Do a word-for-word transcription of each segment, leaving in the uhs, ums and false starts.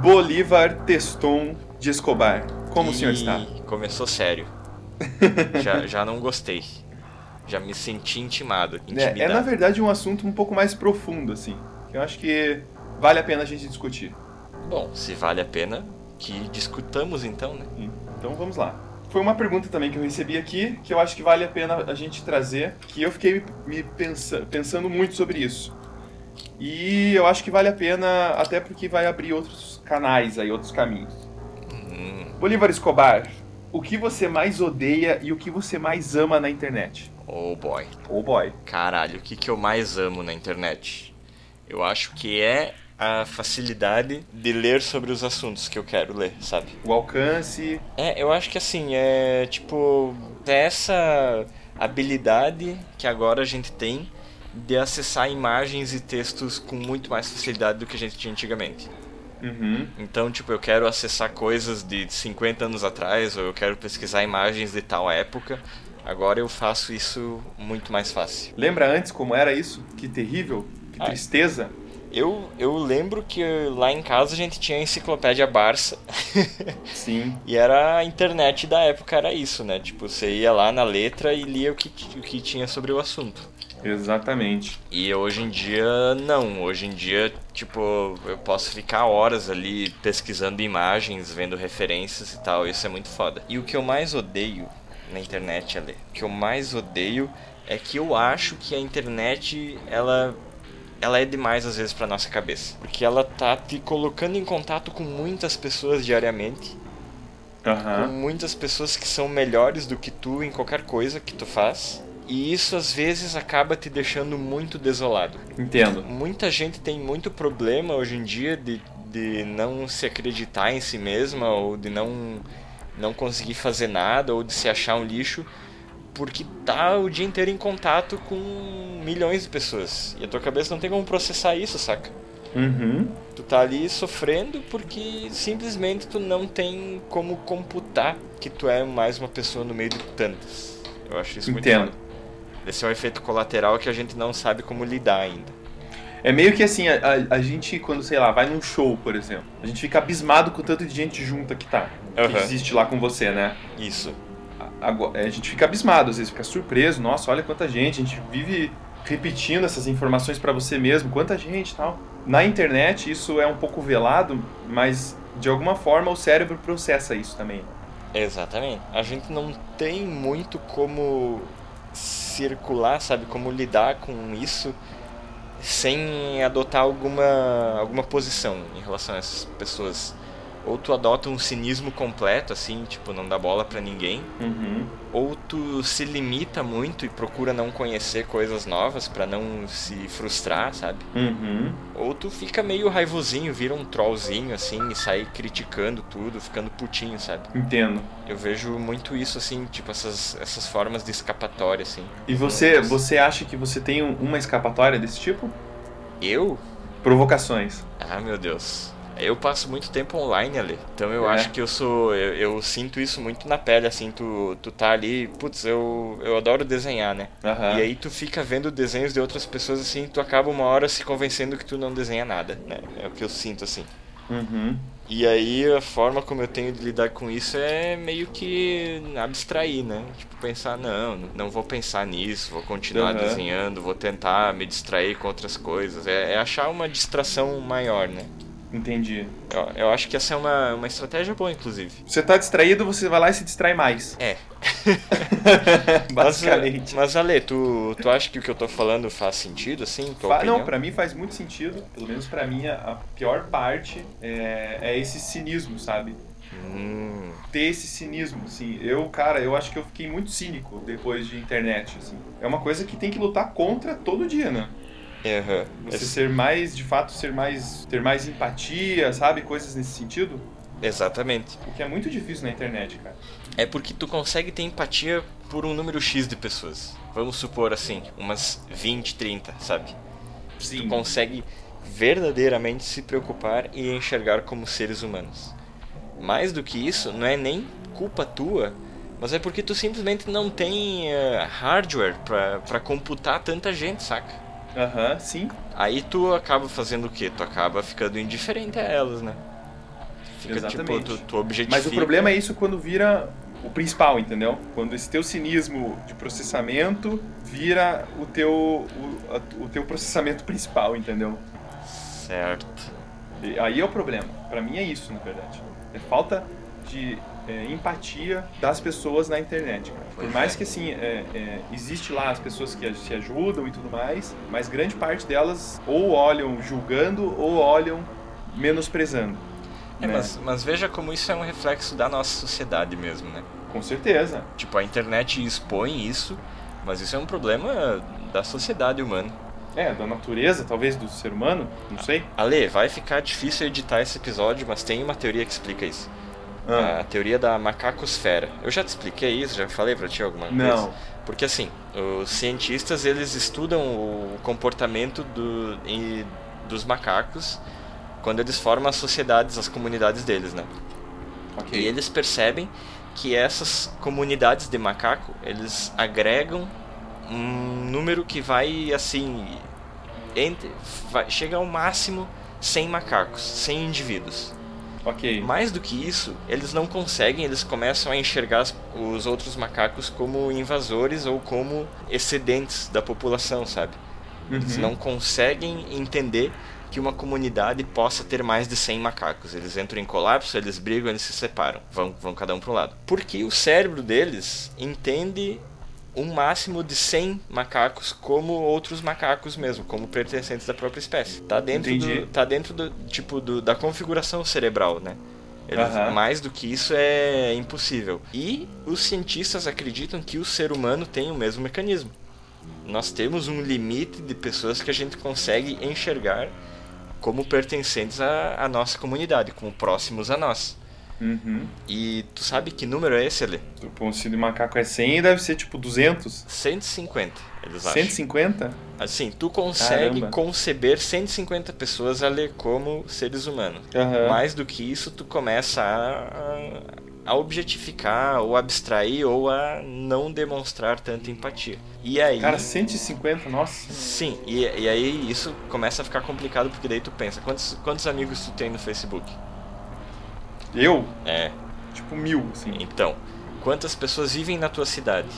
Bolívar Teston de Escobar. Como e... o senhor está? Começou sério. já, já não gostei. Já me senti intimado, intimidado. É, é, na verdade, um assunto um pouco mais profundo, assim. Eu acho que vale a pena a gente discutir. Bom, se vale a pena, que discutamos então, né? Então vamos lá. Foi uma pergunta também que eu recebi aqui, que eu acho que vale a pena a gente trazer, que eu fiquei me pensa, pensando muito sobre isso. E eu acho que vale a pena, até porque vai abrir outros canais aí, outros caminhos. Hum. Bolívar Escobar, o que você mais odeia e o que você mais ama na internet? Oh boy. Oh boy. Caralho, o que, que eu mais amo na internet? Eu acho que é a facilidade de ler sobre os assuntos que eu quero ler, sabe? O alcance. É, eu acho que assim, é tipo, é essa habilidade que agora a gente tem de acessar imagens e textos com muito mais facilidade do que a gente tinha antigamente. Uhum. Então, tipo, eu quero acessar coisas de cinquenta anos atrás, ou eu quero pesquisar imagens de tal época. Agora eu faço isso muito mais fácil. Lembra antes como era isso? Que terrível, que ah, tristeza. Eu, eu lembro que lá em casa a gente tinha a enciclopédia Barça. Sim. E era a internet da época, era isso, né? Tipo, você ia lá na letra e lia o que, o que tinha sobre o assunto. Exatamente. E hoje em dia, não. Hoje em dia, tipo, eu posso ficar horas ali pesquisando imagens, vendo referências e tal. Isso é muito foda. E o que eu mais odeio na internet, Ale, o que eu mais odeio é que eu acho que a internet, ela... ela é demais às vezes pra nossa cabeça. Porque ela tá te colocando em contato com muitas pessoas diariamente. Uhum. Com muitas pessoas que são melhores do que tu em qualquer coisa que tu faz. E isso às vezes acaba te deixando muito desolado. Entendo. Muita gente tem muito problema hoje em dia de, de não se acreditar em si mesma, ou de não, não conseguir fazer nada, ou de se achar um lixo, porque tá o dia inteiro em contato com milhões de pessoas. E a tua cabeça não tem como processar isso, saca? Uhum. Tu tá ali sofrendo porque simplesmente tu não tem como computar que tu é mais uma pessoa no meio de tantas. Eu acho isso muito Entendo. foda. Esse é um efeito colateral que a gente não sabe como lidar ainda. É meio que assim, a, a, a gente quando, sei lá, vai num show, por exemplo, a gente fica abismado com o tanto de gente junta que tá, que Uhum. existe lá com você, né? Isso. A, a gente fica abismado, às vezes fica surpreso, nossa, olha quanta gente, a gente vive repetindo essas informações pra você mesmo, quanta gente e tal. Na internet isso é um pouco velado, mas de alguma forma o cérebro processa isso também. Exatamente. A gente não tem muito como circular, sabe, como lidar com isso sem adotar alguma, alguma posição em relação a essas pessoas. Ou tu adota um cinismo completo, assim, tipo, não dá bola pra ninguém. Uhum. Ou tu se limita muito e procura não conhecer coisas novas pra não se frustrar, sabe? Uhum. Ou tu fica meio raivosinho, vira um trollzinho, assim, e sai criticando tudo, ficando putinho, sabe? Entendo. Eu vejo muito isso, assim, tipo, essas, essas formas de escapatória, assim. E você, você acha que você tem uma escapatória desse tipo? Eu? Provocações. Ah, meu Deus. Eu passo muito tempo online, ali. Então eu É. acho que eu sou... Eu, eu sinto isso muito na pele, assim. Tu, tu tá ali... Putz, eu, eu adoro desenhar, né? Uhum. E aí tu fica vendo desenhos de outras pessoas, assim. Tu acaba uma hora se convencendo que tu não desenha nada, né? É o que eu sinto, assim. Uhum. E aí a forma como eu tenho de lidar com isso é meio que abstrair, né? Tipo, pensar, não, não vou pensar nisso, vou continuar Uhum. desenhando, vou tentar me distrair com outras coisas. É, é achar uma distração maior, né? Entendi. Eu, eu acho que essa é uma, uma estratégia boa, inclusive. Você tá distraído, você vai lá e se distrai mais. É. Basicamente. Mas, mas Ale, tu, tu acha que o que eu tô falando faz sentido, assim? Tua Fa- opinião? Não, pra mim faz muito sentido. Pelo menos pra mim, a a pior parte é, é esse cinismo, sabe? Hum, Ter esse cinismo, assim. Eu, cara, eu acho que eu fiquei muito cínico depois de internet, assim. É uma coisa que tem que lutar contra todo dia, né? uhum. Você Esse- ser mais, de fato, ser mais, ter mais empatia, sabe? Coisas nesse sentido. Exatamente. O que é muito difícil na internet, cara. É porque tu consegue ter empatia por um número X de pessoas. Vamos supor assim, umas vinte, trinta, sabe? Sim. Tu consegue verdadeiramente se preocupar e enxergar como seres humanos. Mais do que isso, não é nem culpa tua, mas é porque tu simplesmente não tem eh, hardware pra, pra computar tanta gente, saca? Aham, sim. Aí tu acaba fazendo o quê? Tu acaba ficando indiferente a elas, né? fica Exatamente. tipo, tu, tu objetifica. Mas o problema é isso quando vira o principal, entendeu? Quando esse teu cinismo de processamento vira o teu, o, a, o teu processamento principal, entendeu? Certo. E aí é o problema. Pra mim é isso, na verdade. É falta de é, empatia das pessoas na internet, cara. Por Pois mais é. que, assim, é, é, existe lá as pessoas que se ajudam e tudo mais, mas grande parte delas ou olham julgando ou olham menosprezando. É, né? mas, mas veja como isso é um reflexo da nossa sociedade mesmo, né? Com certeza. Tipo, a internet expõe isso, mas isso é um problema da sociedade humana. É, da natureza, talvez, do ser humano, não sei. Ale, vai ficar difícil editar esse episódio, mas tem uma teoria que explica isso. Ah. A teoria da macacosfera. Eu já te expliquei isso? Já falei pra ti alguma vez? Não. Porque assim, os cientistas, eles estudam o comportamento do, e, dos macacos quando eles formam as sociedades, as comunidades deles, né? Ok. E eles percebem que essas comunidades de macaco, eles agregam um número que vai assim, entre, vai, chega ao máximo cem macacos, cem indivíduos. Ok. Mais do que isso, eles não conseguem, eles começam a enxergar as- os outros macacos como invasores ou como excedentes da população, sabe? Eles Uhum. não conseguem entender que uma comunidade possa ter mais de cem macacos. Eles entram em colapso, eles brigam, eles se separam. Vão, vão cada um para um lado. Porque o cérebro deles entende um máximo de cem macacos como outros macacos mesmo, como pertencentes da própria espécie. Tá dentro, Entendi. do, tá dentro do, tipo, do, da configuração cerebral, né? Eles, Aham. Mais do que isso é impossível. E os cientistas acreditam que o ser humano tem o mesmo mecanismo. Nós temos um limite de pessoas que a gente consegue enxergar como pertencentes à, à nossa comunidade, como próximos a nós. Uhum. E tu sabe que número é esse, Ale? O ponto de macaco é cem, deve ser tipo duzentos. cento e cinquenta, eles acham. cento e cinquenta? Assim, tu consegue Caramba. conceber cento e cinquenta pessoas, Ale, como seres humanos. Aham. Mais do que isso, tu começa a, a objetificar, ou abstrair, ou a não demonstrar tanta empatia. E aí... Cara, cento e cinquenta, nossa. Sim, e, e aí isso começa a ficar complicado, porque daí tu pensa, quantos, quantos amigos tu tem no Facebook? Eu? É, Tipo mil, assim. então, quantas pessoas vivem na tua cidade?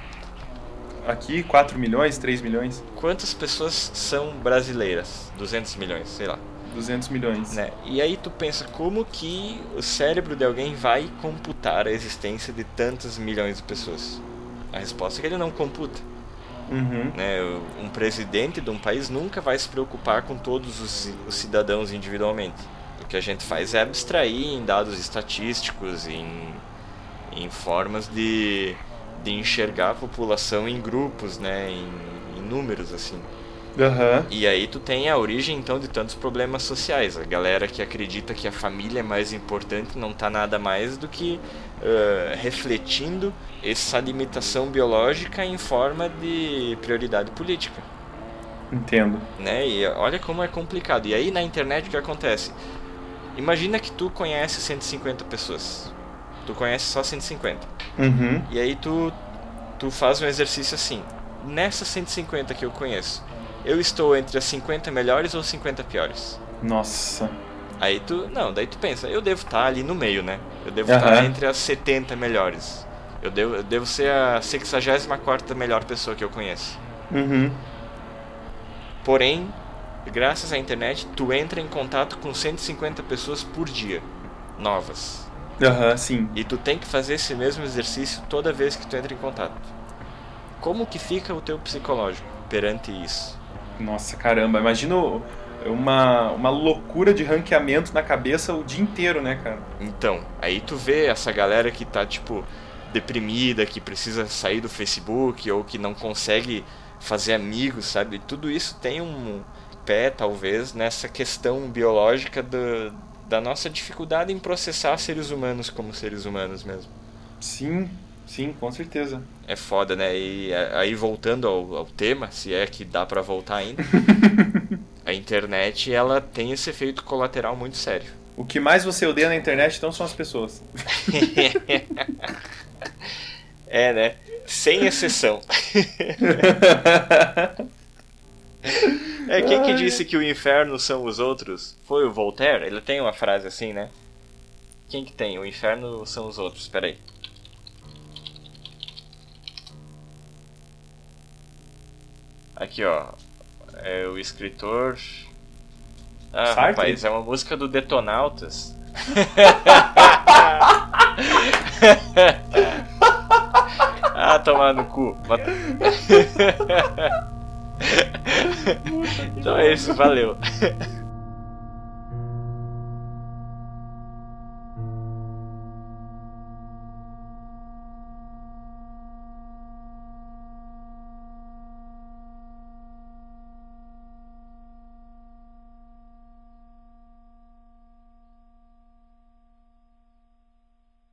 Aqui, quatro milhões, três milhões, Quantas pessoas são brasileiras? duzentos milhões, sei lá. duzentos milhões. Né? E aí tu pensa, como que o cérebro de alguém vai computar a existência de tantos milhões de pessoas? A resposta é que ele não computa. Uhum. Né? Um presidente de um país nunca vai se preocupar com todos os, os cidadãos individualmente. O que a gente faz é abstrair em dados estatísticos, em, em formas de, de enxergar a população em grupos, né? em, em números, assim. Aham. E aí tu tem a origem então de tantos problemas sociais. A galera que acredita que a família é mais importante não tá nada mais do que uh, refletindo essa limitação biológica em forma de prioridade política, Entendo. né? E olha como é complicado. E aí na internet o que acontece? Imagina que tu conhece cento e cinquenta pessoas. Tu conhece só cento e cinquenta. Uhum. E aí tu, tu faz um exercício assim. Nessas cento e cinquenta que eu conheço, eu estou entre as cinquenta melhores ou cinquenta piores? Nossa. Aí tu, não, daí tu pensa, eu devo estar ali no meio, né? Eu devo Aham. estar entre as setenta melhores. Eu devo, eu devo ser a sexagésima quarta melhor pessoa que eu conheço. Uhum. Porém, graças à internet, tu entra em contato com cento e cinquenta pessoas por dia, novas. Aham, sim. E tu tem que fazer esse mesmo exercício toda vez que tu entra em contato. Como que fica o teu psicológico perante isso? Nossa, caramba. Imagina o- uma, uma loucura de ranqueamento na cabeça o dia inteiro, né, cara? Então, aí tu vê essa galera que tá, tipo, deprimida, que precisa sair do Facebook, ou que não consegue fazer amigos, sabe? Tudo isso tem um pé, talvez, nessa questão biológica do, da nossa dificuldade em processar seres humanos como seres humanos mesmo. Sim, sim, com certeza. É foda, né? E a- aí voltando ao, ao tema, se é que dá pra voltar ainda, a internet, ela tem esse efeito colateral muito sério. O que mais você odeia na internet, então, são as pessoas. É, né? Sem exceção. É, quem que disse que o inferno são os outros? Foi o Voltaire? Ele tem uma frase assim, né? Quem que tem? O inferno são os outros, peraí. Aqui, ó. É o escritor... Ah, Sartre? rapaz, é uma música do Detonautas. Ah, tomar no cu. Então é isso, valeu.